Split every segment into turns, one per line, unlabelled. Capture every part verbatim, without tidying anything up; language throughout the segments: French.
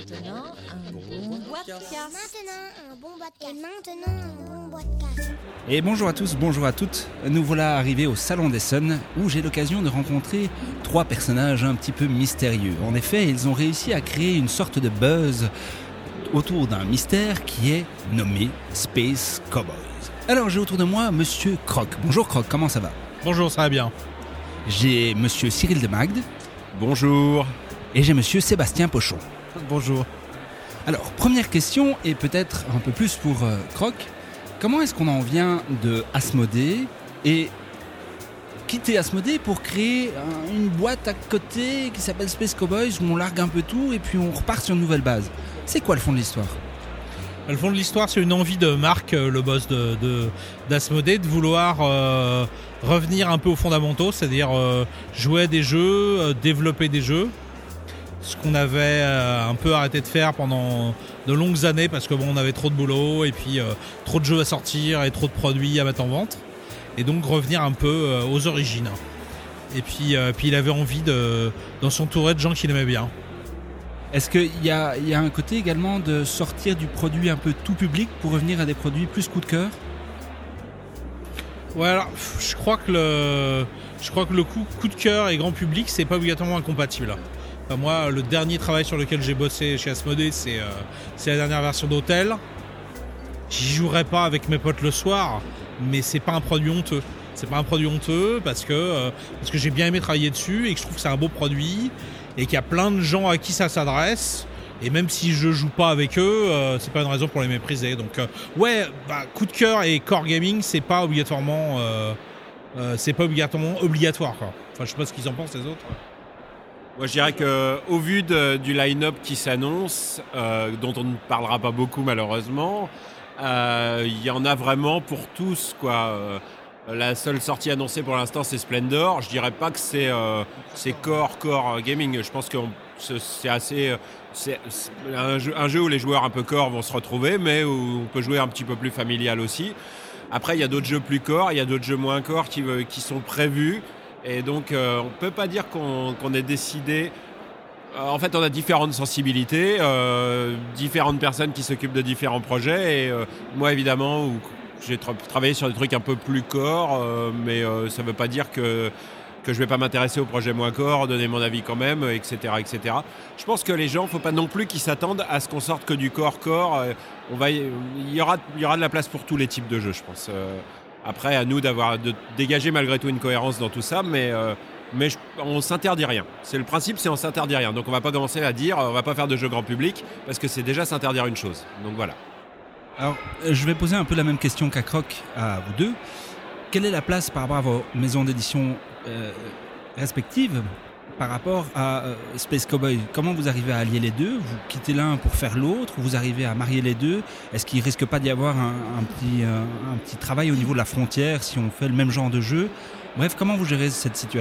maintenant, un bon podcast.
Maintenant, un bon podcast. Et maintenant, un bon podcast.
Et bonjour à tous, bonjour à toutes. Nous voilà arrivés au Salon d'Essen où j'ai l'occasion de rencontrer trois personnages un petit peu mystérieux. En effet, ils ont réussi à créer une sorte de buzz autour d'un mystère qui est nommé Space Cowboys. Alors j'ai autour de moi Monsieur Croc. Bonjour Croc, comment ça va ?
Bonjour, ça va bien.
J'ai Monsieur Cyril de Magde.
Bonjour.
Et j'ai Monsieur Sébastien Pochon.
Bonjour.
Alors, première question, et peut-être un peu plus pour euh, Croc. Comment est-ce qu'on en vient de Asmodée et quitter Asmodée pour créer un, une boîte à côté qui s'appelle Space Cowboys où on largue un peu tout et puis on repart sur une nouvelle base ? C'est quoi le fond de l'histoire ?
Le fond de l'histoire, c'est une envie de Marc, le boss de, de, d'Asmodée, de vouloir euh, revenir un peu aux fondamentaux, c'est-à-dire euh, jouer à des jeux, euh, développer des jeux. Ce qu'on avait euh, un peu arrêté de faire pendant de longues années parce que bon, on avait trop de boulot et puis euh, trop de jeux à sortir et trop de produits à mettre en vente. Et donc revenir un peu euh, aux origines. Et puis, euh, puis il avait envie de, de s'entourer de gens qu'il aimait bien.
Est-ce qu'il y a, il y a un côté également de sortir du produit un peu tout public pour revenir à des produits plus coup de cœur ?
Ouais, alors, je crois que le, je crois que le coup, coup de cœur et grand public, c'est pas obligatoirement incompatible. Enfin, moi, le dernier travail sur lequel j'ai bossé chez Asmodée, c'est, euh, c'est la dernière version d'Hôtel. J'y jouerai pas avec mes potes le soir, mais c'est pas un produit honteux. C'est pas un produit honteux parce que, euh, parce que j'ai bien aimé travailler dessus et que je trouve que c'est un beau produit et qu'il y a plein de gens à qui ça s'adresse. Et même si je joue pas avec eux, euh, c'est pas une raison pour les mépriser. Donc euh, ouais, bah, coup de cœur et core gaming, c'est pas obligatoirement, euh, euh, c'est pas obligatoirement obligatoire, quoi. Enfin, je sais pas ce qu'ils en pensent les autres.
Moi, je dirais qu'au vu de, du line-up qui s'annonce, euh, dont on ne parlera pas beaucoup malheureusement, il euh, y en a vraiment pour tous, quoi. Euh, la seule sortie annoncée pour l'instant, c'est Splendor. Je dirais pas que c'est, euh, c'est core, core gaming. Je pense que c'est assez... C'est, c'est un, jeu, un jeu où les joueurs un peu core vont se retrouver, mais où on peut jouer un petit peu plus familial aussi. Après, il y a d'autres jeux plus core, il y a d'autres jeux moins core qui, qui sont prévus. Et donc, euh, on ne peut pas dire qu'on, qu'on ait décidé... Euh, en fait, on a différentes sensibilités, euh, différentes personnes qui s'occupent de différents projets. Et euh, moi, évidemment, où j'ai tra- travaillé sur des trucs un peu plus core, euh, mais euh, ça ne veut pas dire que, que je ne vais pas m'intéresser aux projets moins core, donner mon avis quand même, et cetera, et cetera. Je pense que les gens, il ne faut pas non plus qu'ils s'attendent à ce qu'on sorte que du core-core. Euh, on va, il y aura, il y aura de la place pour tous les types de jeux, je pense. Euh, Après, à nous d'avoir, de dégager malgré tout une cohérence dans tout ça, mais, euh, mais je, on ne s'interdit rien. C'est le principe, c'est on ne s'interdit rien. Donc on ne va pas commencer à dire, on ne va pas faire de jeux grand public, parce que c'est déjà s'interdire une chose. Donc voilà.
Alors, je vais poser un peu la même question qu'à Croc à vous deux. Quelle est la place par rapport à vos maisons d'édition euh, respectives par rapport à euh, Space Cowboys ? Comment vous arrivez à allier les deux ? Vous quittez l'un pour faire l'autre ? Vous arrivez à marier les deux ? Est-ce qu'il ne risque pas d'y avoir un, un, petit, euh, un petit travail au niveau de la frontière si on fait le même genre de jeu ? Bref, comment vous gérez cette situation ?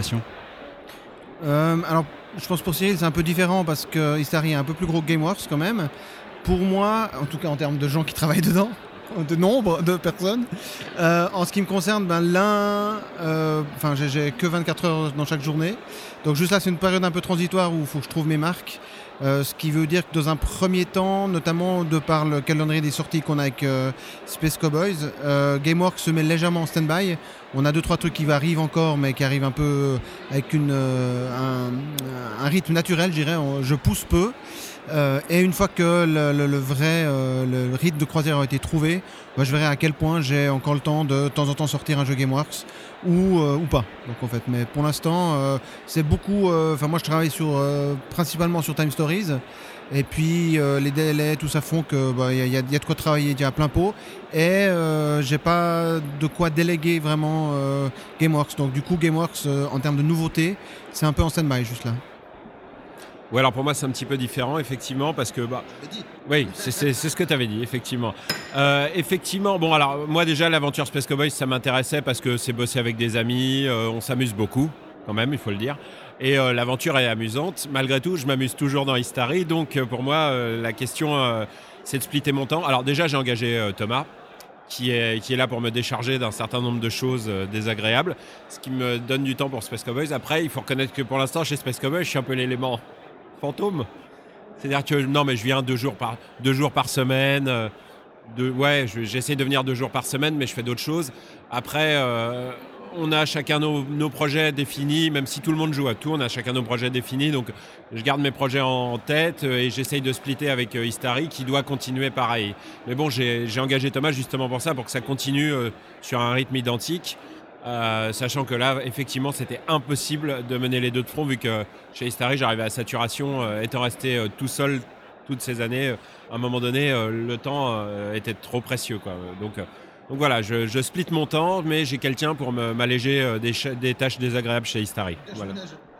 euh, Alors, je pense pour Cyril, c'est un peu différent parce que Istari est un peu plus gros que Gameworks quand même. Pour moi, en tout cas en termes de gens qui travaillent dedans, de nombre de personnes. Euh, en ce qui me concerne, ben, l'un, euh, enfin, j'ai, j'ai que vingt-quatre heures dans chaque journée. Donc juste là, c'est une période un peu transitoire où il faut que je trouve mes marques. Euh, ce qui veut dire que dans un premier temps, notamment de par le calendrier des sorties qu'on a avec euh, Space Cowboys, euh, Gameworks se met légèrement en stand-by. On a deux trois trucs qui arrivent encore, mais qui arrivent un peu avec une, euh, un, un rythme naturel, je dirais. On, je pousse peu. Euh, et une fois que le, le, le vrai euh, le rythme de croisière a été trouvé, bah, je verrai à quel point j'ai encore le temps de de temps en temps sortir un jeu Gameworks ou, euh, ou pas. Donc en fait, mais pour l'instant, euh, c'est beaucoup. Enfin, euh, moi, je travaille sur euh, principalement sur Time Stories. Et puis euh, les D L A, tout ça font que bah, y, a, y a de quoi travailler à plein pot. Et euh, j'ai pas de quoi déléguer vraiment euh, Gameworks. Donc du coup, Gameworks euh, en termes de nouveautés, c'est un peu en stand-by juste là.
Ouais, alors pour moi, c'est un petit peu différent, effectivement, parce que... Bah, oui, c'est, c'est, c'est ce que tu avais dit, effectivement. Euh, effectivement, bon, alors, moi, déjà, l'aventure Space Cowboys, ça m'intéressait parce que c'est bosser avec des amis, euh, on s'amuse beaucoup, quand même, il faut le dire. Et euh, l'aventure est amusante. Malgré tout, je m'amuse toujours dans Istari, donc euh, pour moi, euh, la question, euh, c'est de splitter mon temps. Alors déjà, j'ai engagé euh, Thomas, qui est, qui est là pour me décharger d'un certain nombre de choses euh, désagréables, ce qui me donne du temps pour Space Cowboys. Après, il faut reconnaître que pour l'instant, chez Space Cowboys, je suis un peu l'élément fantôme. C'est-à-dire que non, mais je viens deux jours par, deux jours par semaine. Euh, de, ouais, je, j'essaie de venir deux jours par semaine, mais je fais d'autres choses. Après, euh, on a chacun nos, nos projets définis, même si tout le monde joue à tout, on a chacun nos projets définis. Donc, je garde mes projets en tête et j'essaye de splitter avec euh, Histari, qui doit continuer pareil. Mais bon, j'ai, j'ai engagé Thomas justement pour ça, pour que ça continue euh, sur un rythme identique. Euh, sachant que là, effectivement, c'était impossible de mener les deux de front, vu que chez Histari, j'arrivais à saturation, euh, étant resté euh, tout seul toutes ces années. Euh, à un moment donné, euh, le temps euh, était trop précieux, quoi. Donc, euh, donc voilà, je, je split mon temps, mais j'ai quelqu'un pour me, m'alléger euh, des, ch- des tâches désagréables chez Histari. Voilà.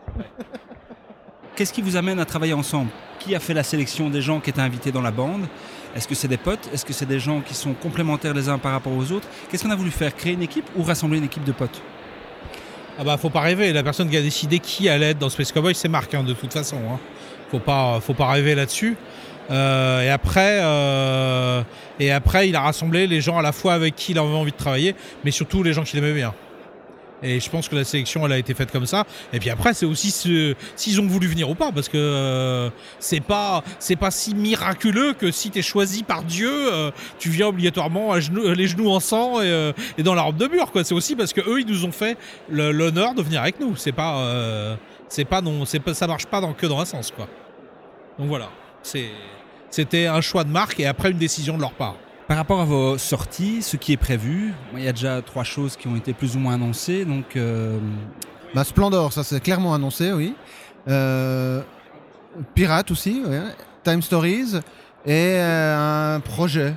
Qu'est-ce qui vous amène à travailler ensemble ? Qui a fait la sélection des gens qui étaient invités dans la bande ? Est-ce que c'est des potes ? Est-ce que c'est des gens qui sont complémentaires les uns par rapport aux autres ? Qu'est-ce qu'on a voulu faire ? Créer une équipe ou rassembler une équipe de potes ?
Ah bah faut pas rêver, la personne qui a décidé qui allait être dans Space Cowboy, c'est Marc, hein, de toute façon. Hein. Faut pas, faut pas rêver là-dessus. Euh, et après, euh, et après, il a rassemblé les gens à la fois avec qui il avait envie de travailler, mais surtout les gens qu'il aimait bien. Et je pense que la sélection, elle a été faite comme ça. Et puis après, c'est aussi ce, s'ils ont voulu venir ou pas, parce que euh, c'est pas, c'est pas si miraculeux que si t'es choisi par Dieu, euh, tu viens obligatoirement à genoux, les genoux en sang et, euh, et dans la robe de mur, quoi. C'est aussi parce que eux, ils nous ont fait le, l'honneur de venir avec nous. C'est pas, euh, c'est pas non, c'est pas, ça marche pas dans, que dans un sens, quoi. Donc voilà, c'est, c'était un choix de Marc et après une décision de leur part.
Par rapport à vos sorties, ce qui est prévu, il y a déjà trois choses qui ont été plus ou moins annoncées. Donc, euh...
bah, Splendor, ça c'est clairement annoncé, oui. Euh, Pirate aussi, ouais. Time Stories et euh, un projet.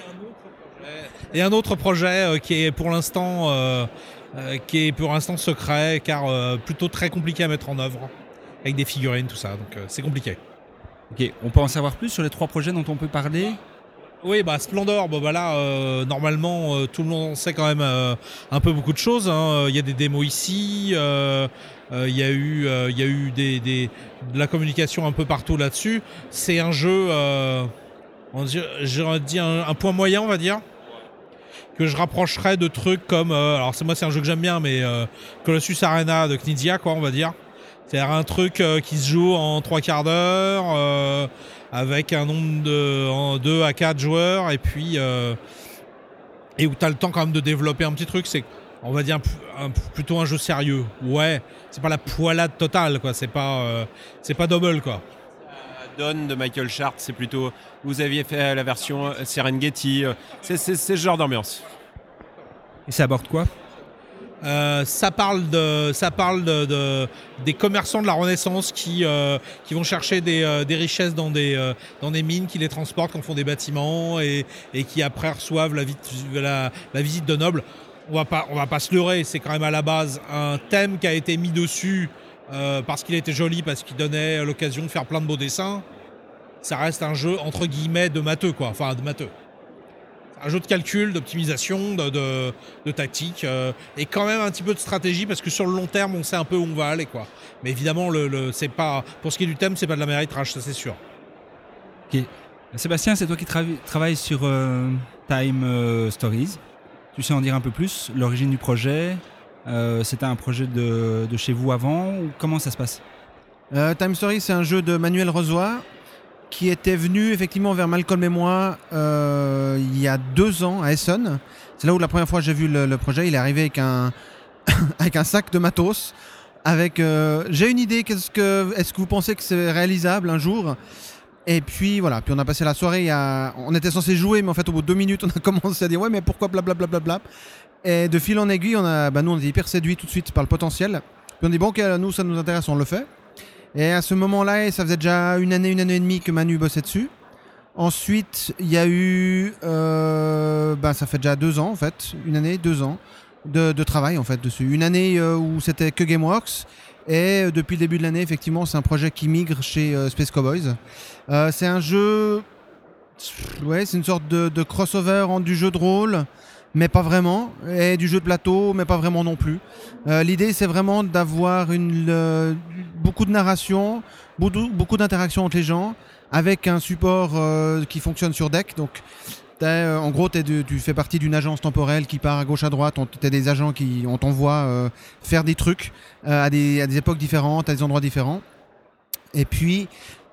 Et un autre projet euh, qui est pour l'instant, euh, euh, qui est pour l'instant secret, car euh, plutôt très compliqué à mettre en œuvre, avec des figurines, tout ça. Donc euh, c'est compliqué.
Ok, on peut en savoir plus sur les trois projets dont on peut parler ?
Oui, bah Splendor, bah, bah là, euh, normalement, euh, tout le monde sait quand même euh, un peu beaucoup de choses. Hein. Il y a des démos ici, euh, euh, il y a eu, euh, il y a eu des, des, de la communication un peu partout là-dessus. C'est un jeu, euh, on dirait, j'aurais dit un, un point moyen, on va dire, que je rapprocherais de trucs comme, euh, alors c'est moi c'est un jeu que j'aime bien, mais euh, Colossus Arena de Knizia, quoi, on va dire. C'est-à-dire un truc euh, qui se joue en trois quarts d'heure, euh, avec un nombre de deux à quatre joueurs, et puis euh, et où tu as le temps quand même de développer un petit truc. C'est, on va dire, un, un, plutôt un jeu sérieux. Ouais, c'est pas la poilade totale, quoi. C'est pas, euh, c'est pas double, quoi.
Dawn de Michael Shart, c'est plutôt... Vous aviez fait la version Serengeti. C'est, c'est, c'est ce genre d'ambiance.
Et ça aborde quoi ?
Euh, ça parle de, ça parle de, de des commerçants de la Renaissance qui euh, qui vont chercher des, euh, des richesses dans des euh, dans des mines, qui les transportent, qui en font des bâtiments et et qui après reçoivent la, la, la visite de nobles. On va pas on va pas se leurrer, c'est quand même à la base un thème qui a été mis dessus euh, parce qu'il était joli, parce qu'il donnait l'occasion de faire plein de beaux dessins. Ça reste un jeu entre guillemets de matheux, quoi, enfin de matheux. Un jeu de calcul, d'optimisation, de, de, de tactique, euh, et quand même un petit peu de stratégie, parce que sur le long terme, on sait un peu où on va aller, quoi. Mais évidemment, le, le, c'est pas, pour ce qui est du thème, c'est pas de la méritrage, ça c'est sûr.
Ok. Sébastien, c'est toi qui tra- travailles sur euh, Time euh, Stories. Tu sais en dire un peu plus ? L'origine du projet, euh, c'était un projet de, de chez vous avant, ou comment ça se passe ?
euh, Time Stories, c'est un jeu de Manuel Rozoy, qui était venu effectivement vers Malcolm et moi euh, il y a deux ans à Essen. C'est là où la première fois j'ai vu le, le projet. Il est arrivé avec un, avec un sac de matos. Avec, euh, j'ai une idée, qu'est-ce que, est-ce que vous pensez que c'est réalisable un jour ? Et puis voilà, puis on a passé la soirée, à, on était censé jouer, mais en fait au bout de deux minutes on a commencé à dire ouais mais pourquoi blablabla. Bla bla bla. Et de fil en aiguille, on a, bah, nous on était hyper séduits tout de suite par le potentiel. Puis on dit bon ok, nous ça nous intéresse, on le fait. Et à ce moment-là, ça faisait déjà une année, une année et demie que Manu bossait dessus. Ensuite, il y a eu... Euh, ben, ça fait déjà deux ans, en fait. Une année, deux ans de, de travail, en fait, dessus. Une année euh, où c'était que Gameworks. Et euh, depuis le début de l'année, effectivement, c'est un projet qui migre chez euh, Space Cowboys. Euh, c'est un jeu... Ouais, c'est une sorte de, de crossover entre du jeu de rôle, mais pas vraiment, et du jeu de plateau, mais pas vraiment non plus. Euh, l'idée, c'est vraiment d'avoir une, le, beaucoup de narration, beaucoup, beaucoup d'interactions entre les gens, avec un support euh, qui fonctionne sur deck. Donc, euh, en gros, de, tu fais partie d'une agence temporelle qui part à gauche, à droite. Tu as des agents qui on t'envoie euh, faire des trucs euh, à, des, à des époques différentes, à des endroits différents. Et puis,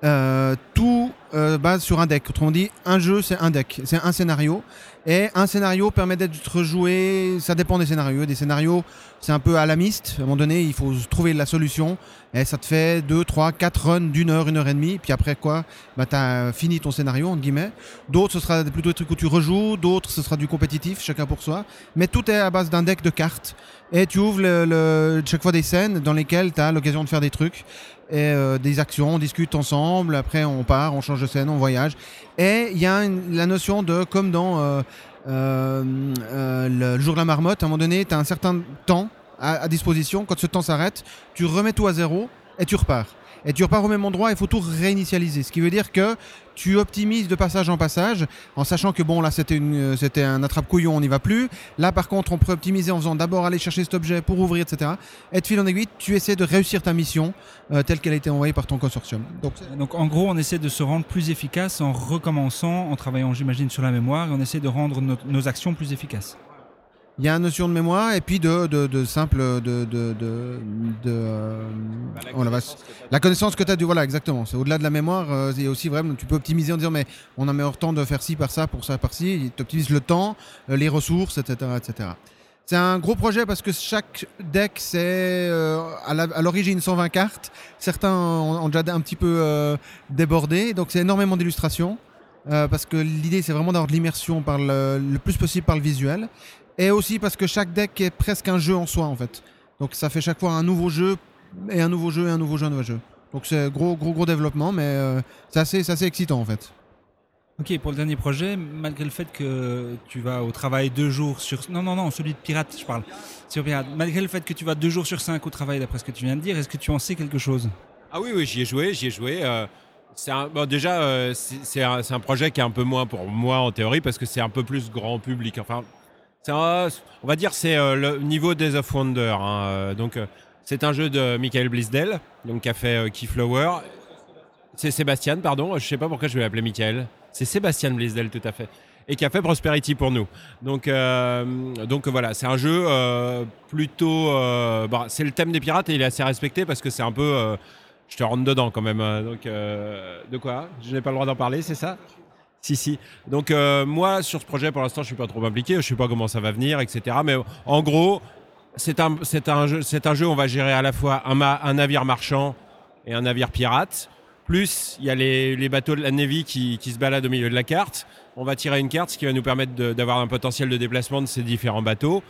Euh, tout euh, base sur un deck. Autrement dit, un jeu, c'est un deck, c'est un scénario. Et un scénario permet d'être joué, ça dépend des scénarios. Des scénarios, c'est un peu à la miste. À un moment donné, il faut trouver la solution. Et ça te fait deux, trois, quatre runs d'une heure, une heure et demie. Puis après quoi, bah, tu as fini ton scénario, entre guillemets. D'autres, ce sera plutôt des trucs où tu rejoues. D'autres, ce sera du compétitif, chacun pour soi. Mais tout est à base d'un deck de cartes. Et tu ouvres le, le, chaque fois des scènes dans lesquelles tu as l'occasion de faire des trucs. Et euh, des actions, on discute ensemble, après on part, on change de scène, on voyage. Et il y a une, la notion de, comme dans euh, euh, euh, le jour de la marmotte, à un moment donné, tu as un certain temps à, à disposition. Quand ce temps s'arrête, tu remets tout à zéro et tu repars. Et tu repars au même endroit, il faut tout réinitialiser. Ce qui veut dire que tu optimises de passage en passage, en sachant que bon, là c'était, une, c'était un attrape-couillon, on n'y va plus. Là par contre, on peut optimiser en faisant d'abord aller chercher cet objet pour ouvrir, et cetera. Et de fil en aiguille, tu essaies de réussir ta mission euh, telle qu'elle a été envoyée par ton consortium. Donc,
Donc en gros, on essaie de se rendre plus efficace en recommençant, en travaillant, j'imagine, sur la mémoire, et on essaie de rendre nos, nos actions plus efficaces.
il y a une notion de mémoire et puis de, de, de simple de, de, de, de euh,
Bah, la,
oh, la,
connaissance
la connaissance que tu as du voilà exactement, c'est au-delà de la mémoire, euh, il y a aussi vraiment tu peux optimiser en disant mais on a meilleur temps de faire ci par ça pour ça par ci, tu optimises le temps, euh, les ressources, etc., etc. C'est un gros projet parce que chaque deck c'est euh, à, la, à l'origine cent vingt cartes, certains ont, ont déjà un petit peu euh, débordé, donc c'est énormément d'illustrations euh, parce que l'idée c'est vraiment d'avoir de l'immersion par le, le plus possible par le visuel. Et aussi parce que chaque deck est presque un jeu en soi en fait. Donc ça fait chaque fois un nouveau jeu, et un nouveau jeu, et un nouveau jeu, un nouveau jeu. Donc c'est gros gros gros développement, mais euh, c'est, assez, c'est assez excitant en fait.
Ok, pour le dernier projet, malgré le fait que tu vas au travail deux jours sur... Non, non, non, celui de Pirate, je parle. Sur Pirate. Malgré le fait que tu vas deux jours sur cinq au travail, d'après ce que tu viens de dire, est-ce que tu en sais quelque chose ?
Ah oui, oui, j'y ai joué, j'y ai joué. Euh, c'est un, bon, déjà, euh, c'est, c'est, un, c'est un projet qui est un peu moins pour moi en théorie, parce que c'est un peu plus grand public. Enfin... C'est un, on va dire c'est euh, le niveau Days of Wonder. Hein, euh, donc euh, c'est un jeu de Michael Blisdell, donc qui a fait euh, Keyflower. C'est Sébastien, pardon. Je sais pas pourquoi je vais l'appeler Michael. C'est Sébastien Blisdell, tout à fait, et qui a fait Prosperity pour nous. Donc euh, donc voilà, c'est un jeu euh, plutôt. Euh, bah, c'est le thème des pirates et il est assez respecté parce que c'est un peu. Euh, je te rentre dedans quand même. Hein, donc euh, de quoi ? Je n'ai pas le droit d'en parler, c'est ça ? Si, si. Donc, euh, moi, sur ce projet, pour l'instant, je ne suis pas trop impliqué. Je ne sais pas comment ça va venir, et cetera. Mais en gros, c'est un, c'est un, jeu, c'est un jeu où on va gérer à la fois un, ma- un navire marchand et un navire pirate. Plus, il y a les, les bateaux de la Navy qui, qui se baladent au milieu de la carte. On va tirer une carte, ce qui va nous permettre de, d'avoir un potentiel de déplacement de ces différents bateaux.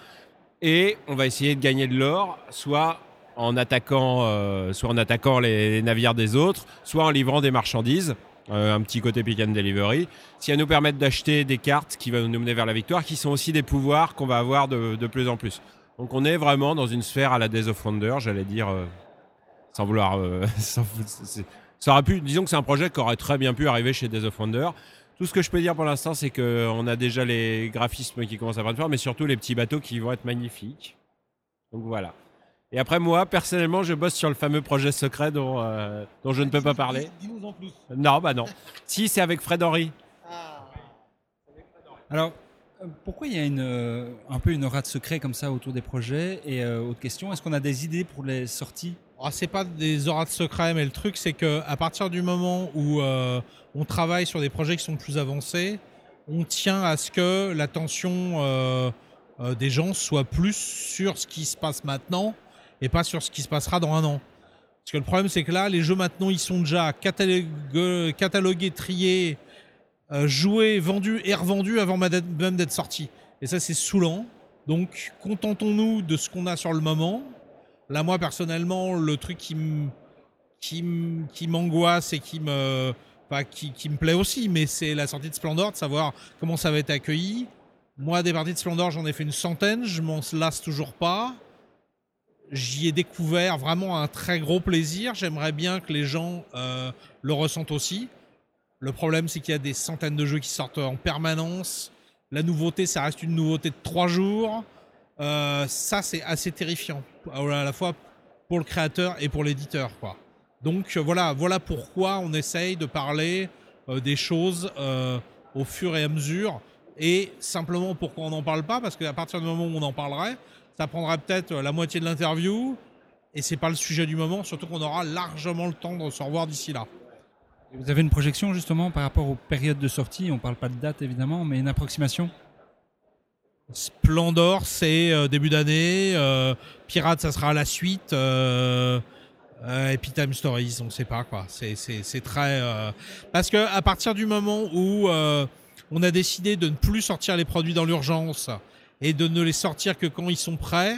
Et on va essayer de gagner de l'or, soit en attaquant, euh, soit en attaquant les, les navires des autres, soit en livrant des marchandises. Euh, un petit côté pick and delivery, qui va nous permettre d'acheter des cartes qui vont nous mener vers la victoire, qui sont aussi des pouvoirs qu'on va avoir de, de plus en plus. Donc on est vraiment dans une sphère à la Days of Wonder, j'allais dire, euh, sans vouloir... Euh, sans, c'est, ça aurait pu, disons que c'est un projet qui aurait très bien pu arriver chez Days of Wonder. Tout ce que je peux dire pour l'instant, c'est qu'on a déjà les graphismes qui commencent à prendre forme, mais surtout les petits bateaux qui vont être magnifiques. Donc voilà. Et après, moi, personnellement, je bosse sur le fameux projet secret dont, euh, dont je ne peux pas parler.
Dis-nous en plus.
Non, bah non. Si, c'est avec Fred Henry.
Alors, euh, pourquoi il y a une, euh, un peu une aura de secret comme ça autour des projets ? Et euh, autre question, est-ce qu'on a des idées pour les sorties ?
Ah, c'est pas des auras de secret, mais le truc, c'est qu'à partir du moment où euh, on travaille sur des projets qui sont plus avancés, on tient à ce que l'attention euh, euh, des gens soit plus sur ce qui se passe maintenant et pas sur ce qui se passera dans un an. Parce que le problème, c'est que là, les jeux maintenant, ils sont déjà catalogués, catalogués triés, euh, joués, vendus et revendus avant même d'être sortis. Et ça, c'est saoulant. Donc, contentons-nous de ce qu'on a sur le moment. Là, moi, personnellement, le truc qui, m- qui, m- qui m'angoisse et qui me, pas qui, qui me plaît aussi, mais c'est la sortie de Splendor, de savoir comment ça va être accueilli. Moi, des parties de Splendor, j'en ai fait une centaine, je m'en lasse toujours pas. J'y ai découvert vraiment un très gros plaisir. J'aimerais bien que les gens euh, le ressentent aussi. Le problème, c'est qu'il y a des centaines de jeux qui sortent en permanence. La nouveauté, ça reste une nouveauté de trois jours. Euh, ça, c'est assez terrifiant, à la fois pour le créateur et pour l'éditeur, quoi. Donc voilà, voilà pourquoi on essaye de parler euh, des choses euh, au fur et à mesure. Et simplement pourquoi on n'en parle pas, parce qu'à partir du moment où on en parlerait, ça prendra peut-être la moitié de l'interview et c'est pas le sujet du moment, surtout qu'on aura largement le temps de se revoir d'ici là.
Vous avez une projection justement par rapport aux périodes de sortie? On ne parle pas de date évidemment, mais une approximation?
Splendor, c'est euh, début d'année. Euh, Pirate, ça sera à la suite. Euh, euh, et puis Time Stories, on ne sait pas quoi. C'est, c'est, c'est très. Euh... Parce que à partir du moment où euh, on a décidé de ne plus sortir les produits dans l'urgence et de ne les sortir que quand ils sont prêts,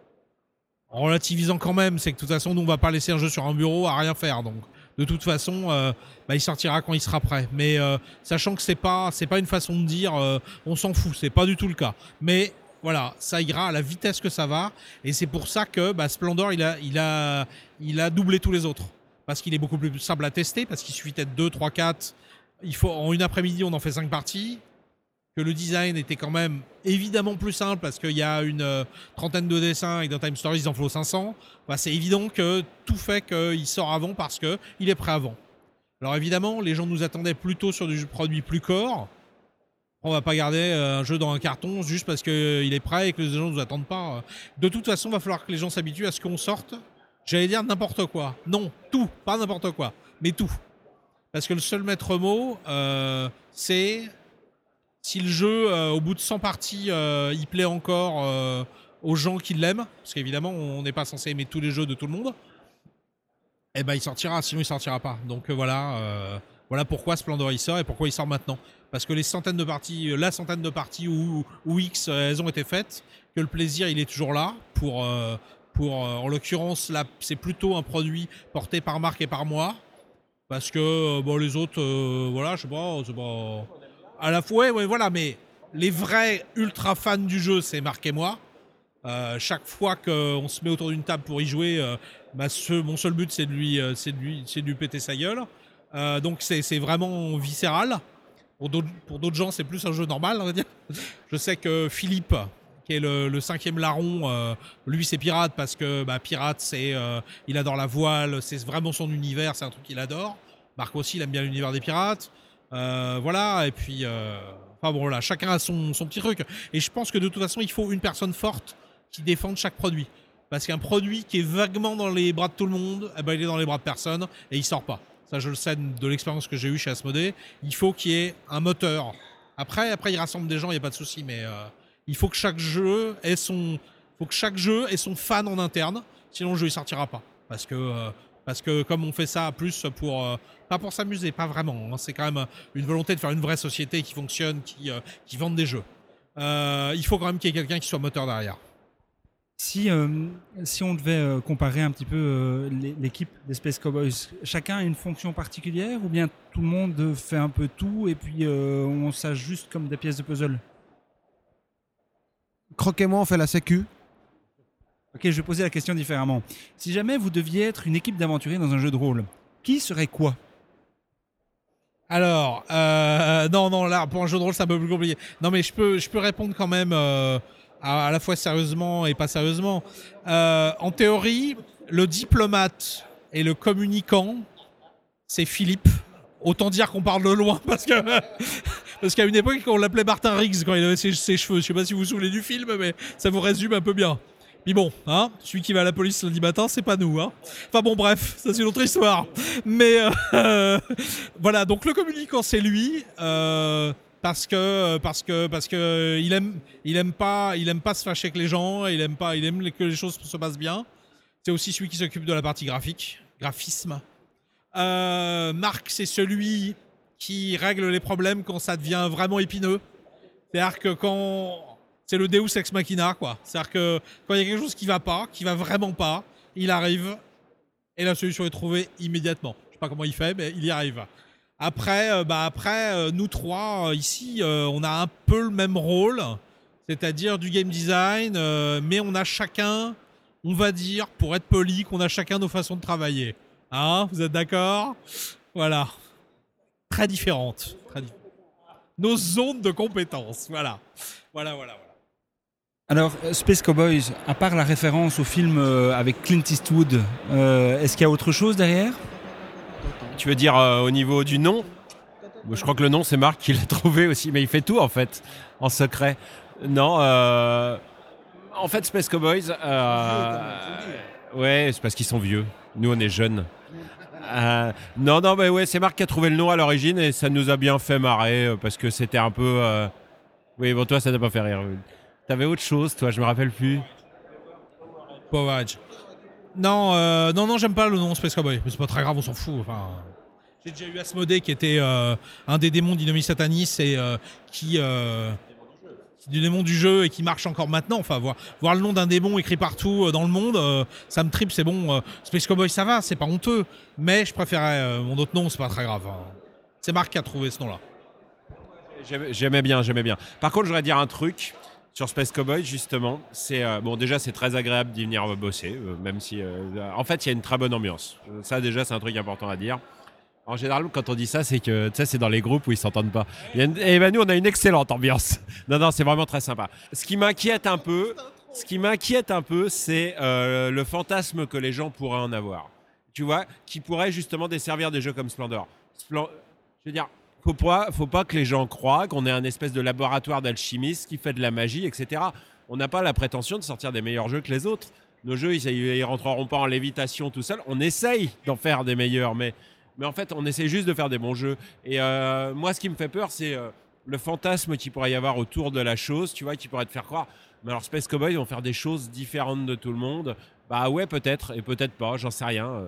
en relativisant quand même, c'est que de toute façon, nous, on va pas laisser un jeu sur un bureau à rien faire. Donc, de toute façon, euh, bah, il sortira quand il sera prêt. Mais euh, sachant que c'est pas, c'est pas une façon de dire, euh, on s'en fout. C'est pas du tout le cas. Mais voilà, ça ira à la vitesse que ça va. Et c'est pour ça que bah, Splendor, il a, il a, il a doublé tous les autres. Parce qu'il est beaucoup plus simple à tester. Parce qu'il suffit d'être deux, trois, quatre. Il faut, en une après-midi, on en fait cinq parties. Que le design était quand même évidemment plus simple parce qu'il y a une euh, trentaine de dessins et dans Time Stories, ils en font cinq cents. Bah, c'est évident que tout fait qu'il sort avant parce qu'il est prêt avant. Alors évidemment, les gens nous attendaient plutôt sur du produit plus core. On va pas garder euh, un jeu dans un carton juste parce qu'il euh, est prêt et que les gens ne nous attendent pas. De toute façon, il va falloir que les gens s'habituent à ce qu'on sorte. J'allais dire n'importe quoi. Non, tout, pas n'importe quoi, mais tout. Parce que le seul maître mot, euh, c'est... Si le jeu, euh, au bout de cent parties, euh, il plaît encore euh, aux gens qui l'aiment, parce qu'évidemment, on n'est pas censé aimer tous les jeux de tout le monde, eh ben, il sortira, sinon il sortira pas. Donc euh, voilà, euh, voilà pourquoi Splendor il sort et pourquoi il sort maintenant. Parce que les centaines de parties, la centaine de parties où, où X, elles ont été faites, que le plaisir, il est toujours là. Pour, euh, pour euh, en l'occurrence, là, c'est plutôt un produit porté par Marc et par moi, parce que euh, bon, les autres, euh, voilà, je sais pas, c'est pas... À la fois, ouais, ouais, voilà, mais les vrais ultra fans du jeu, c'est Marc et moi. Euh, chaque fois qu'on se met autour d'une table pour y jouer, euh, bah, ce, mon seul but, c'est de lui, euh, c'est de lui, c'est de lui péter sa gueule. Euh, donc c'est, c'est vraiment viscéral. Pour d'autres, pour d'autres gens, c'est plus un jeu normal, on va dire. Je sais que Philippe, qui est le, le cinquième larron, euh, lui, c'est pirate parce que bah, pirate, c'est, euh, il adore la voile, c'est vraiment son univers, c'est un truc qu'il adore. Marc aussi, il aime bien l'univers des pirates. Euh, voilà, et puis euh, enfin bon voilà, chacun a son, son petit truc et je pense que de toute façon il faut une personne forte qui défende chaque produit, parce qu'un produit qui est vaguement dans les bras de tout le monde, eh ben, il est dans les bras de personne et il sort pas. Ça, je le sais de l'expérience que j'ai eue chez Asmodée. Il faut qu'il y ait un moteur. Après, après il rassemble des gens, il n'y a pas de souci, mais euh, il faut que chaque jeu ait son faut que chaque jeu ait son fan en interne, sinon le jeu il sortira pas, parce que euh, Parce que comme on fait ça plus pour... Euh, pas pour s'amuser, pas vraiment. Hein, c'est quand même une volonté de faire une vraie société qui fonctionne, qui, euh, qui vende des jeux. Euh, il faut quand même qu'il y ait quelqu'un qui soit moteur derrière.
Si, euh, si on devait euh, comparer un petit peu euh, l'équipe des Space Cowboys, chacun a une fonction particulière ou bien tout le monde fait un peu tout et puis euh, on s'ajuste comme des pièces de puzzle?
Croc et moi, on fait la sécu.
Ok, je vais poser la question différemment. Si jamais vous deviez être une équipe d'aventuriers dans un jeu de rôle, qui serait quoi?
Alors, euh, non, non, là, pour un jeu de rôle, c'est un peu plus compliqué. Non, mais je peux, je peux répondre quand même euh, à, à la fois sérieusement et pas sérieusement. Euh, en théorie, le diplomate et le communicant, c'est Philippe. Autant dire qu'on parle de loin, parce que parce qu'à une époque, on l'appelait Martin Riggs quand il avait ses, ses cheveux. Je sais pas si vous vous souvenez du film, mais ça vous résume un peu bien. Puis bon, hein, celui qui va à la police lundi matin, c'est pas nous. Hein. Enfin bon, bref, ça c'est une autre histoire. Mais euh, voilà, donc le communicant c'est lui, euh, parce que parce que parce que il aime il aime pas il aime pas se fâcher avec les gens, il aime pas il aime que les choses se passent bien. C'est aussi celui qui s'occupe de la partie graphique, graphisme. Euh, Marc, c'est celui qui règle les problèmes quand ça devient vraiment épineux. C'est-à-dire que quand c'est le Deus Ex Machina, quoi. C'est-à-dire que quand il y a quelque chose qui va pas, qui va vraiment pas, il arrive et la solution est trouvée immédiatement. Je sais pas comment il fait, mais il y arrive. Après, euh, bah après euh, nous trois, euh, ici, euh, on a un peu le même rôle, c'est-à-dire du game design, euh, mais on a chacun, on va dire, pour être poli, qu'on a chacun nos façons de travailler. Hein, vous êtes d'accord? Voilà. Très différentes. Très différentes. Nos zones de compétences, voilà. Voilà, voilà, voilà.
Alors, Space Cowboys, à part la référence au film euh, avec Clint Eastwood, euh, est-ce qu'il y a autre chose derrière?
Tu veux dire euh, au niveau du nom? Je crois que le nom, c'est Marc qui l'a trouvé aussi, mais il fait tout en fait, en secret. Non, euh... en fait, Space Cowboys, euh... ouais, c'est parce qu'ils sont vieux. Nous, on est jeunes. Euh, non, non, mais ouais, c'est Marc qui a trouvé le nom à l'origine et ça nous a bien fait marrer euh, parce que c'était un peu. Euh... Oui, bon, toi, ça t'a pas fait rire. T'avais autre chose, toi, je me rappelle plus.
Power Edge. Non, euh, non, non, j'aime pas le nom Space Cowboy, mais c'est pas très grave, on s'en fout. Enfin, j'ai déjà eu Asmodée qui était euh, un des démons d'Inomi Satanis et euh, qui. Euh, du démon du jeu et qui marche encore maintenant. Enfin, voir, voir le nom d'un démon écrit partout euh, dans le monde, euh, ça me tripe, c'est bon. Euh, Space Cowboy, ça va, c'est pas honteux. Mais je préférais euh, mon autre nom, c'est pas très grave. Hein. C'est Marc qui a trouvé ce nom-là.
J'aimais, j'aimais bien, j'aimais bien. Par contre, je voudrais dire un truc sur Space Cowboy, justement. C'est, euh, bon, déjà, c'est très agréable d'y venir bosser, euh, même si... Euh, en fait, il y a une très bonne ambiance. Ça, déjà, c'est un truc important à dire. En général, quand on dit ça, c'est que tu sais, c'est dans les groupes où ils s'entendent pas. Et ben nous, on a une excellente ambiance. Non, non, c'est vraiment très sympa. Ce qui m'inquiète un peu, ce qui m'inquiète un peu, c'est euh, le fantasme que les gens pourraient en avoir. Tu vois, qui pourrait justement desservir des jeux comme Splendor. Splen- Je veux dire, faut pas, faut pas que les gens croient qu'on est un espèce de laboratoire d'alchimiste qui fait de la magie, et cetera. On n'a pas la prétention de sortir des meilleurs jeux que les autres. Nos jeux, ils, ils rentreront pas en lévitation tout seuls. On essaye d'en faire des meilleurs, mais Mais en fait, on essaie juste de faire des bons jeux. Et euh, moi, ce qui me fait peur, c'est euh, le fantasme qu'il pourrait y avoir autour de la chose, tu vois, qui pourrait te faire croire. Mais alors, Space Cowboy, ils vont faire des choses différentes de tout le monde. Bah ouais, peut-être, et peut-être pas, j'en sais rien.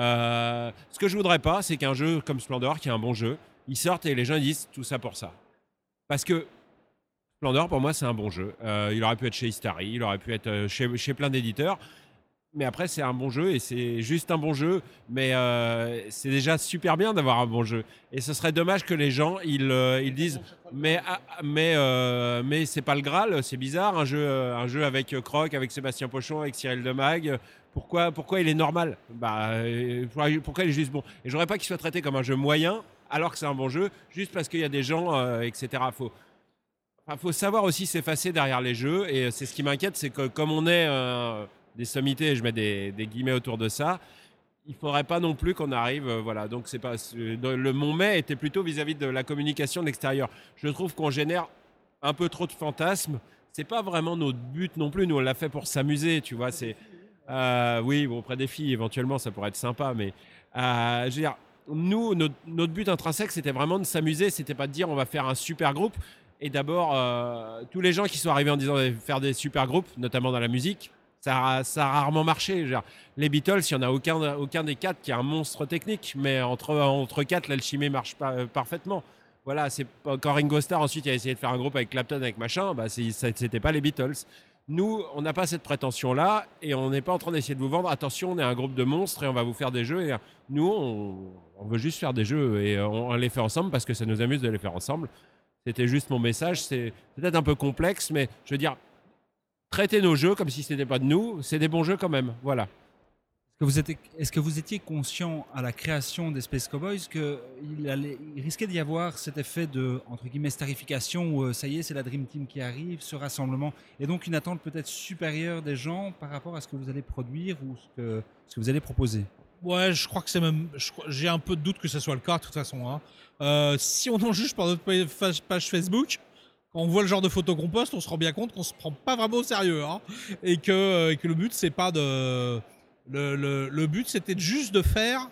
Euh, ce que je voudrais pas, c'est qu'un jeu comme Splendor, qui est un bon jeu, il sorte et les gens disent tout ça pour ça. Parce que Splendor, pour moi, c'est un bon jeu. Euh, il aurait pu être chez Istari, il aurait pu être chez, chez plein d'éditeurs. Mais après, c'est un bon jeu et c'est juste un bon jeu. Mais euh, c'est déjà super bien d'avoir un bon jeu. Et ce serait dommage que les gens ils, euh, ils disent mais ah, mais euh, mais c'est pas le Graal, c'est bizarre un jeu un jeu avec Croc, avec Sébastien Pochon, avec Cyril Demag. Pourquoi pourquoi il est normal ? Bah euh, pourquoi il est juste bon ? Et j'aurais pas qu'il soit traité comme un jeu moyen alors que c'est un bon jeu juste parce qu'il y a des gens euh, et cetera. Faut enfin, faut savoir aussi s'effacer derrière les jeux et c'est ce qui m'inquiète, c'est que comme on est euh, des sommités, je mets des, des guillemets autour de ça, il ne faudrait pas non plus qu'on arrive, euh, voilà, donc c'est pas, le, mon mais était plutôt vis-à-vis de la communication de l'extérieur. Je trouve qu'on génère un peu trop de fantasmes, c'est pas vraiment notre but non plus, nous on l'a fait pour s'amuser, tu vois, c'est, euh, oui, bon, auprès des filles, éventuellement, ça pourrait être sympa, mais, euh, je veux dire, nous, notre, notre but intrinsèque, c'était vraiment de s'amuser, c'était pas de dire on va faire un super groupe, et d'abord, euh, tous les gens qui sont arrivés en disant faire des super groupes, notamment dans la musique, Ça, ça a rarement marché. Genre, les Beatles, il n'y en a aucun, aucun des quatre qui est un monstre technique, mais entre, entre quatre, l'alchimie marche pas, euh, parfaitement. Voilà, c'est, quand Ringo Starr ensuite il a essayé de faire un groupe avec Clapton, avec machin, bah, c'est, ça, c'était pas les Beatles. Nous, on n'a pas cette prétention-là et on n'est pas en train d'essayer de vous vendre. Attention, on est un groupe de monstres et on va vous faire des jeux. Et nous, on, on veut juste faire des jeux et on, on les fait ensemble parce que ça nous amuse de les faire ensemble. C'était juste mon message. C'est peut-être un peu complexe, mais je veux dire, traiter nos jeux comme si ce n'était pas de nous, c'est des bons jeux quand même. Voilà.
Est-ce que vous étiez, est-ce que vous étiez conscient à la création des Space Cowboys qu'il allait, il risquait d'y avoir cet effet de, entre guillemets, starification où euh, ça y est, c'est la Dream Team qui arrive, ce rassemblement, et donc une attente peut-être supérieure des gens par rapport à ce que vous allez produire ou ce que, ce que vous allez proposer ?
Ouais, je crois que c'est même. Je, j'ai un peu de doute que ce soit le cas de toute façon. Hein. Euh, si on en juge par notre page Facebook, quand on voit le genre de photos qu'on poste, on se rend bien compte qu'on se prend pas vraiment au sérieux, hein, et que, et que le but c'est pas de, le, le, le but c'était juste de faire,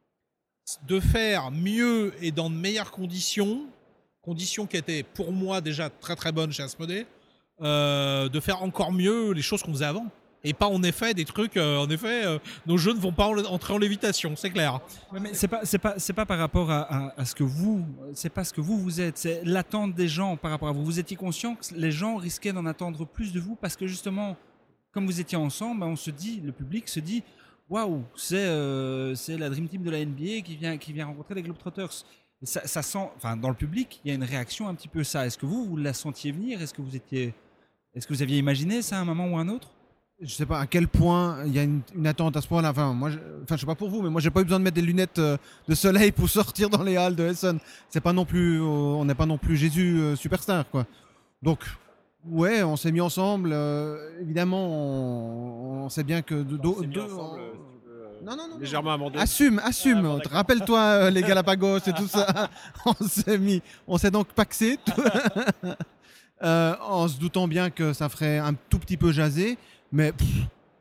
de faire mieux et dans de meilleures conditions, conditions qui étaient pour moi déjà très très bonnes chez Asmodée, euh, de faire encore mieux les choses qu'on faisait avant. Et pas en effet des trucs, euh, en effet, euh, nos jeux ne vont pas en, entrer en lévitation, c'est clair.
Ouais, mais c'est pas, c'est pas, c'est pas par rapport à, à, à ce que vous, c'est pas ce que vous vous êtes, c'est l'attente des gens par rapport à vous. Vous étiez conscient que les gens risquaient d'en attendre plus de vous parce que justement, comme vous étiez ensemble, on se dit, le public se dit, waouh, c'est, euh, c'est la Dream Team de la N B A qui vient, qui vient rencontrer les Globetrotters. Ça, ça sent, enfin, dans le public, il y a une réaction un petit peu ça. Est-ce que vous, vous la sentiez venir ? Est-ce que vous étiez, est-ce que vous aviez imaginé ça à un moment ou à un autre ?
Je sais pas à quel point il y a une, une attente à ce point-là. Enfin, moi, je, enfin, je sais pas pour vous, mais moi, j'ai pas eu besoin de mettre des lunettes euh, de soleil pour sortir dans les halles de Essen. C'est pas non plus, euh, on n'est pas non plus Jésus euh, superstar, quoi. Donc, ouais, on s'est mis ensemble. Euh, évidemment, on, on sait bien que de,
On s'est mis
de,
ensemble,
on-
euh, si tu veux, euh,
non, non, non,
légèrement amendé.
Assume, assume.
Ah, bon, d'accord.
Rappelle-toi euh, les Galapagos et tout ça. On s'est mis, on s'est donc paxé, tout- euh, en se doutant bien que ça ferait un tout petit peu jaser. Mais pff,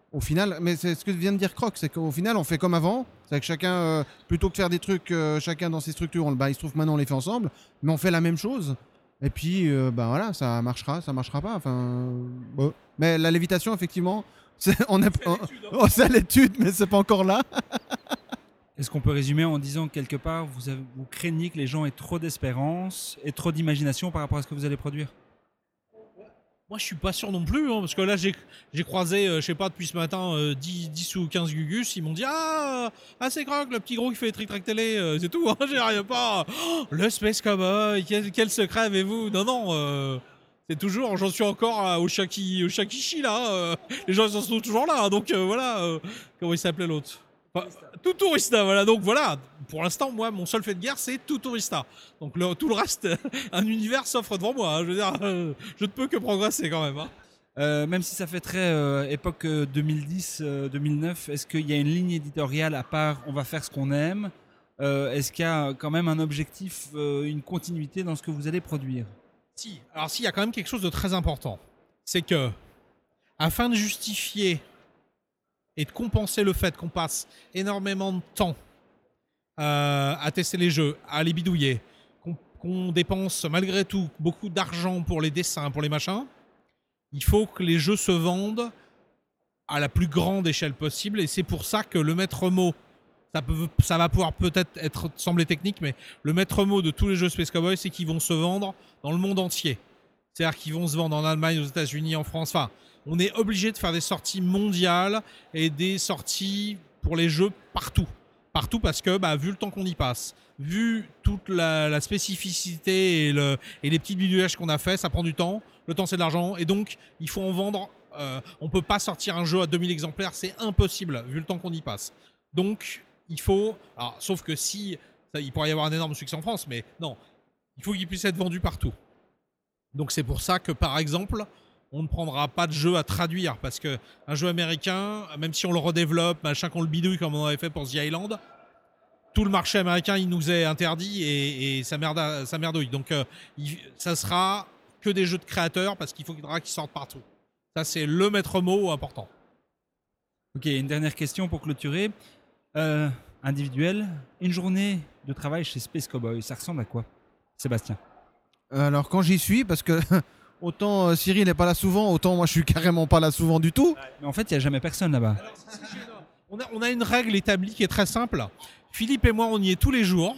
au final, mais c'est ce que vient de dire Croc, c'est qu'au final, on fait comme avant. C'est que chacun, euh, plutôt que de faire des trucs, euh, chacun dans ses structures, on, bah, il se trouve que maintenant on les fait ensemble, mais on fait la même chose. Et puis, euh, bah voilà, ça marchera, ça marchera pas. Enfin, bon. Mais la lévitation, effectivement, c'est, on est, on, on sait l'étude, mais c'est pas encore là.
Est-ce qu'on peut résumer en disant que quelque part, vous, avez, vous craignez que les gens aient trop d'espérance et trop d'imagination par rapport à ce que vous allez produire?
Moi, je suis pas sûr non plus, hein, parce que là, j'ai, j'ai croisé, euh, je sais pas, depuis ce matin, euh, dix, dix ou quinze Gugus. Ils m'ont dit ah, ah c'est Croc, le petit gros qui fait les trick-track télé, euh, c'est tout. Hein, j'ai rien pas. Oh, le Space Cowboy, quel, quel secret avez-vous? Non, non. Euh, c'est toujours, j'en suis encore à, au Shaki, au Shakishi là. Euh, les gens ils sont toujours là, hein, donc euh, voilà. Euh, comment il s'appelait l'autre? Enfin, tout tourista, voilà. Donc voilà. Pour l'instant, moi, mon seul fait de guerre, c'est tout tourista. Donc le, tout le reste, un univers s'offre devant moi. Hein. Je veux dire, euh, je ne peux que progresser quand même. Hein.
Euh, même si ça fait très euh, époque euh, deux mille dix deux mille neuf, est-ce qu'il y a une ligne éditoriale à part on va faire ce qu'on aime? euh, Est-ce qu'il y a quand même un objectif, euh, une continuité dans ce que vous allez produire?
Si. Alors si, il y a quand même quelque chose de très important. C'est que, afin de justifier et de compenser le fait qu'on passe énormément de temps euh, à tester les jeux, à les bidouiller, qu'on, qu'on dépense malgré tout beaucoup d'argent pour les dessins, pour les machins, il faut que les jeux se vendent à la plus grande échelle possible, et c'est pour ça que le maître mot, ça, peut, ça va pouvoir peut-être être, sembler technique, mais le maître mot de tous les jeux Space Cowboy, c'est qu'ils vont se vendre dans le monde entier. C'est-à-dire qu'ils vont se vendre en Allemagne, aux États-Unis, en France, enfin... On est obligé de faire des sorties mondiales et des sorties pour les jeux partout. Partout parce que, bah, vu le temps qu'on y passe, vu toute la, la spécificité et, le, et les petits bidouillages qu'on a fait, ça prend du temps. Le temps, c'est de l'argent. Et donc, il faut en vendre. Euh, on ne peut pas sortir un jeu à deux mille exemplaires. C'est impossible, vu le temps qu'on y passe. Donc, il faut... Alors, sauf que si... Ça, il pourrait y avoir un énorme succès en France, mais non. Il faut qu'il puisse être vendu partout. Donc, c'est pour ça que, par exemple... on ne prendra pas de jeu à traduire parce que un jeu américain, même si on le redéveloppe, machin qu'on le bidouille comme on avait fait pour The Island, tout le marché américain il nous est interdit et, et ça, merde, ça merdouille. Donc euh, il, ça sera que des jeux de créateurs parce qu'il faudra qu'ils sortent partout. Ça c'est le maître mot important.
Ok, une dernière question pour clôturer. Euh, individuel, une journée de travail chez Space Cowboy, ça ressemble à quoi, Sébastien?
Alors quand j'y suis, parce que autant euh, Cyril n'est pas là souvent, autant moi je suis carrément pas là souvent du tout.
Mais en fait, il n'y a jamais personne là-bas.
Alors, si, si, on, a, on a une règle établie qui est très simple. Philippe et moi, on y est tous les jours.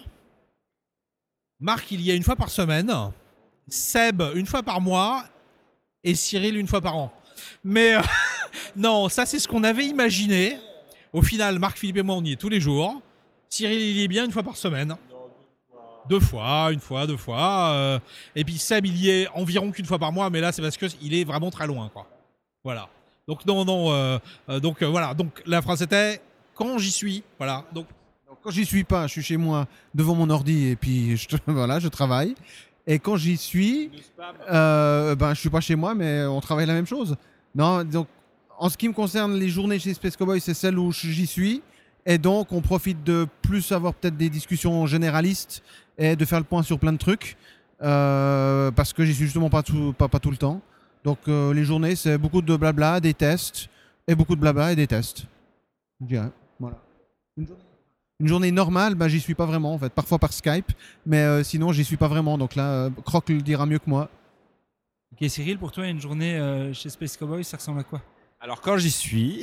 Marc, il y a une fois par semaine. Seb, une fois par mois. Et Cyril, une fois par an. Mais euh, non, ça c'est ce qu'on avait imaginé. Au final, Marc, Philippe et moi, on y est tous les jours. Cyril, il y est bien une fois par semaine. Deux fois, une fois, deux fois. Euh, et puis Seb, il y est environ qu'une fois par mois, mais là, c'est parce qu'il est vraiment très loin, quoi. Voilà. Donc non, non. Euh, euh, donc euh, voilà. Donc la phrase était quand j'y suis. Voilà. Donc
quand j'y suis pas, je suis chez moi devant mon ordi et puis je, voilà, je travaille. Et quand j'y suis, euh, ben je suis pas chez moi, mais on travaille la même chose. Non, donc en ce qui me concerne, les journées chez Space Cowboy, c'est celle où j'y suis. Et donc, on profite de plus avoir peut-être des discussions généralistes et de faire le point sur plein de trucs. Euh, parce que j'y suis justement pas tout, pas, pas tout le temps. Donc, euh, les journées, c'est beaucoup de blabla, des tests. Et beaucoup de blabla et des tests. Je dirais. Voilà. Une journée, une journée normale, ben, j'y suis pas vraiment, en fait. Parfois par Skype. Mais euh, sinon, j'y suis pas vraiment. Donc là, euh, Croc le dira mieux que moi.
Ok, Cyril, pour toi, une journée euh, chez Space Cowboy, ça ressemble à quoi?
Alors, quand j'y suis...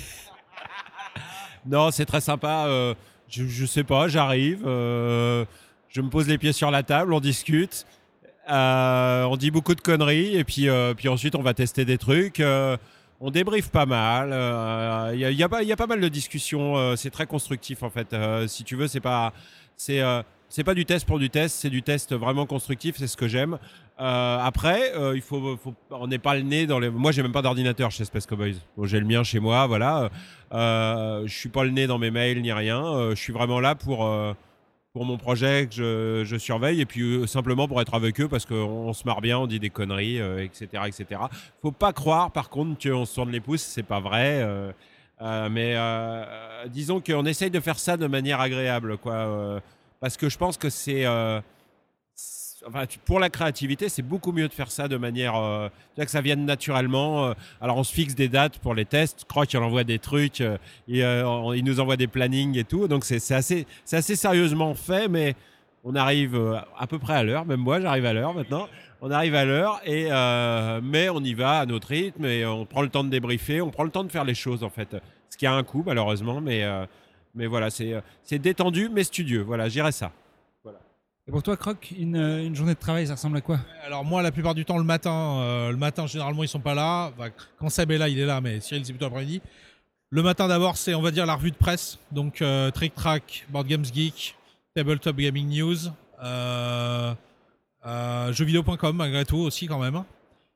Non, c'est très sympa. Euh, je, je sais pas, j'arrive, euh, je me pose les pieds sur la table, on discute, euh, on dit beaucoup de conneries et puis, euh, puis ensuite on va tester des trucs. Euh, on débriefe pas mal. Il euh, y, y, y a pas mal de discussions. Euh, c'est très constructif en fait. Euh, si tu veux, c'est pas, c'est, euh, c'est pas du test pour du test. C'est du test vraiment constructif. C'est ce que j'aime. Euh, après, euh, il faut, faut, on n'est pas le nez dans les. Moi, j'ai même pas d'ordinateur chez Space Cowboys. Bon, j'ai le mien chez moi, voilà. Euh, je suis pas le nez dans mes mails ni rien. Euh, je suis vraiment là pour euh, pour mon projet que je, je surveille et puis euh, simplement pour être avec eux parce qu'on on se marre bien, on dit des conneries, euh, et cetera, et cetera. Faut pas croire, par contre, qu'on se tourne les pouces, c'est pas vrai. Euh, euh, mais euh, disons qu'on essaye de faire ça de manière agréable, quoi. Euh, parce que je pense que c'est euh, enfin, tu- pour la créativité, c'est beaucoup mieux de faire ça de manière euh, tu vois, que ça vienne naturellement. euh. Alors on se fixe des dates pour les tests. Croc il envoie des trucs, euh, et, euh, on- il nous envoie des plannings et tout. Donc c'est, c'est assez, c'est assez sérieusement fait, mais on arrive euh, à peu près à l'heure. Même moi, j'arrive à l'heure maintenant. On arrive à l'heure, et euh, mais on y va à notre rythme et on prend le temps de débriefer, on prend le temps de faire les choses en fait. Ce qui a un coût malheureusement, mais euh, mais voilà, c'est euh, c'est détendu mais studieux. Voilà, je dirais ça.
Et pour toi, Croc, une, une journée de travail, ça ressemble à quoi?
Alors moi, la plupart du temps, le matin, euh, le matin généralement ils sont pas là. Enfin, quand Seb est là, il est là, mais Cyril c'est plutôt l'après-midi. Le matin d'abord, c'est on va dire la revue de presse, donc euh, Trick Track, Board Games Geek, Tabletop Gaming News, euh, euh, jeuxvideo point com malgré tout aussi quand même.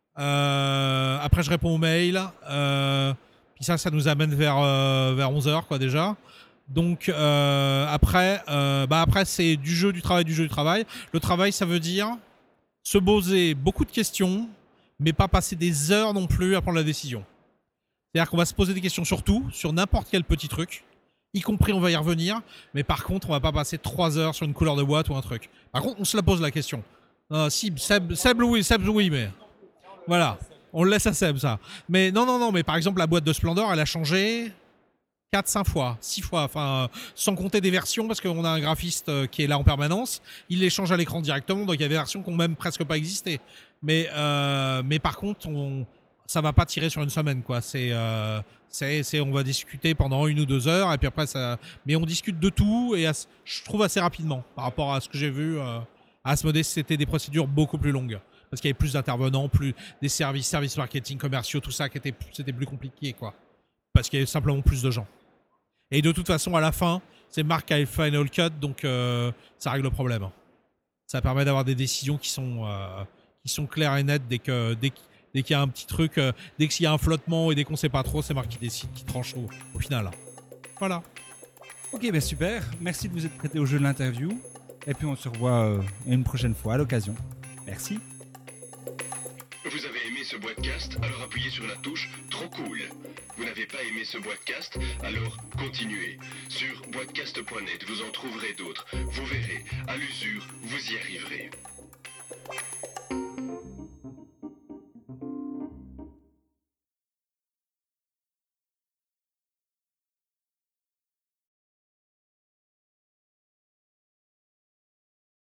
Euh, après je réponds aux mails, euh, puis ça, ça nous amène vers euh, vers onze heures quoi déjà. Donc euh, après, euh, bah après c'est du jeu, du travail, du jeu, du travail. Le travail, ça veut dire se poser beaucoup de questions, mais pas passer des heures non plus à prendre la décision. C'est-à-dire qu'on va se poser des questions sur tout, sur n'importe quel petit truc, y compris on va y revenir, mais par contre on va pas passer trois heures sur une couleur de boîte ou un truc. Par contre on se la pose la question. Euh, si Seb, Seb oui, Seb oui, mais voilà, on le laisse à Seb ça. Mais non non non, mais par exemple la boîte de Splendor, elle a changé quatre cinq fois, six fois, enfin, euh, sans compter des versions, parce qu'on a un graphiste euh, qui est là en permanence, il les change à l'écran directement, donc il y a des versions qui n'ont même presque pas existé. Mais, euh, mais par contre, on, ça va pas tirer sur une semaine, quoi. C'est, euh, c'est, c'est, on va discuter pendant une ou deux heures, et puis après, ça. Mais on discute de tout, et as, je trouve assez rapidement, par rapport à ce que j'ai vu. Euh, à Asmodée, c'était des procédures beaucoup plus longues. Parce qu'il y avait plus d'intervenants, plus des services, services marketing, commerciaux, tout ça, qui était, c'était plus compliqué, quoi. Parce qu'il y avait simplement plus de gens. Et de toute façon, à la fin, c'est Marc qui a le Final Cut, donc euh, ça règle le problème. Ça permet d'avoir des décisions qui sont, euh, qui sont claires et nettes dès que dès, dès qu'il y a un petit truc, euh, dès qu'il y a un flottement et dès qu'on sait pas trop, c'est Marc qui décide, qui tranche au, au final. Voilà.
Ok, ben super. Merci de vous être prêté au jeu de l'interview. Et puis on se revoit euh, une prochaine fois à l'occasion. Merci.
Vous avez aimé ce podcast? Alors appuyez sur la touche Trop cool. Vous n'avez pas aimé ce podcast? Alors continuez. Sur boitcast point net, vous en trouverez d'autres. Vous verrez, à l'usure, vous y arriverez.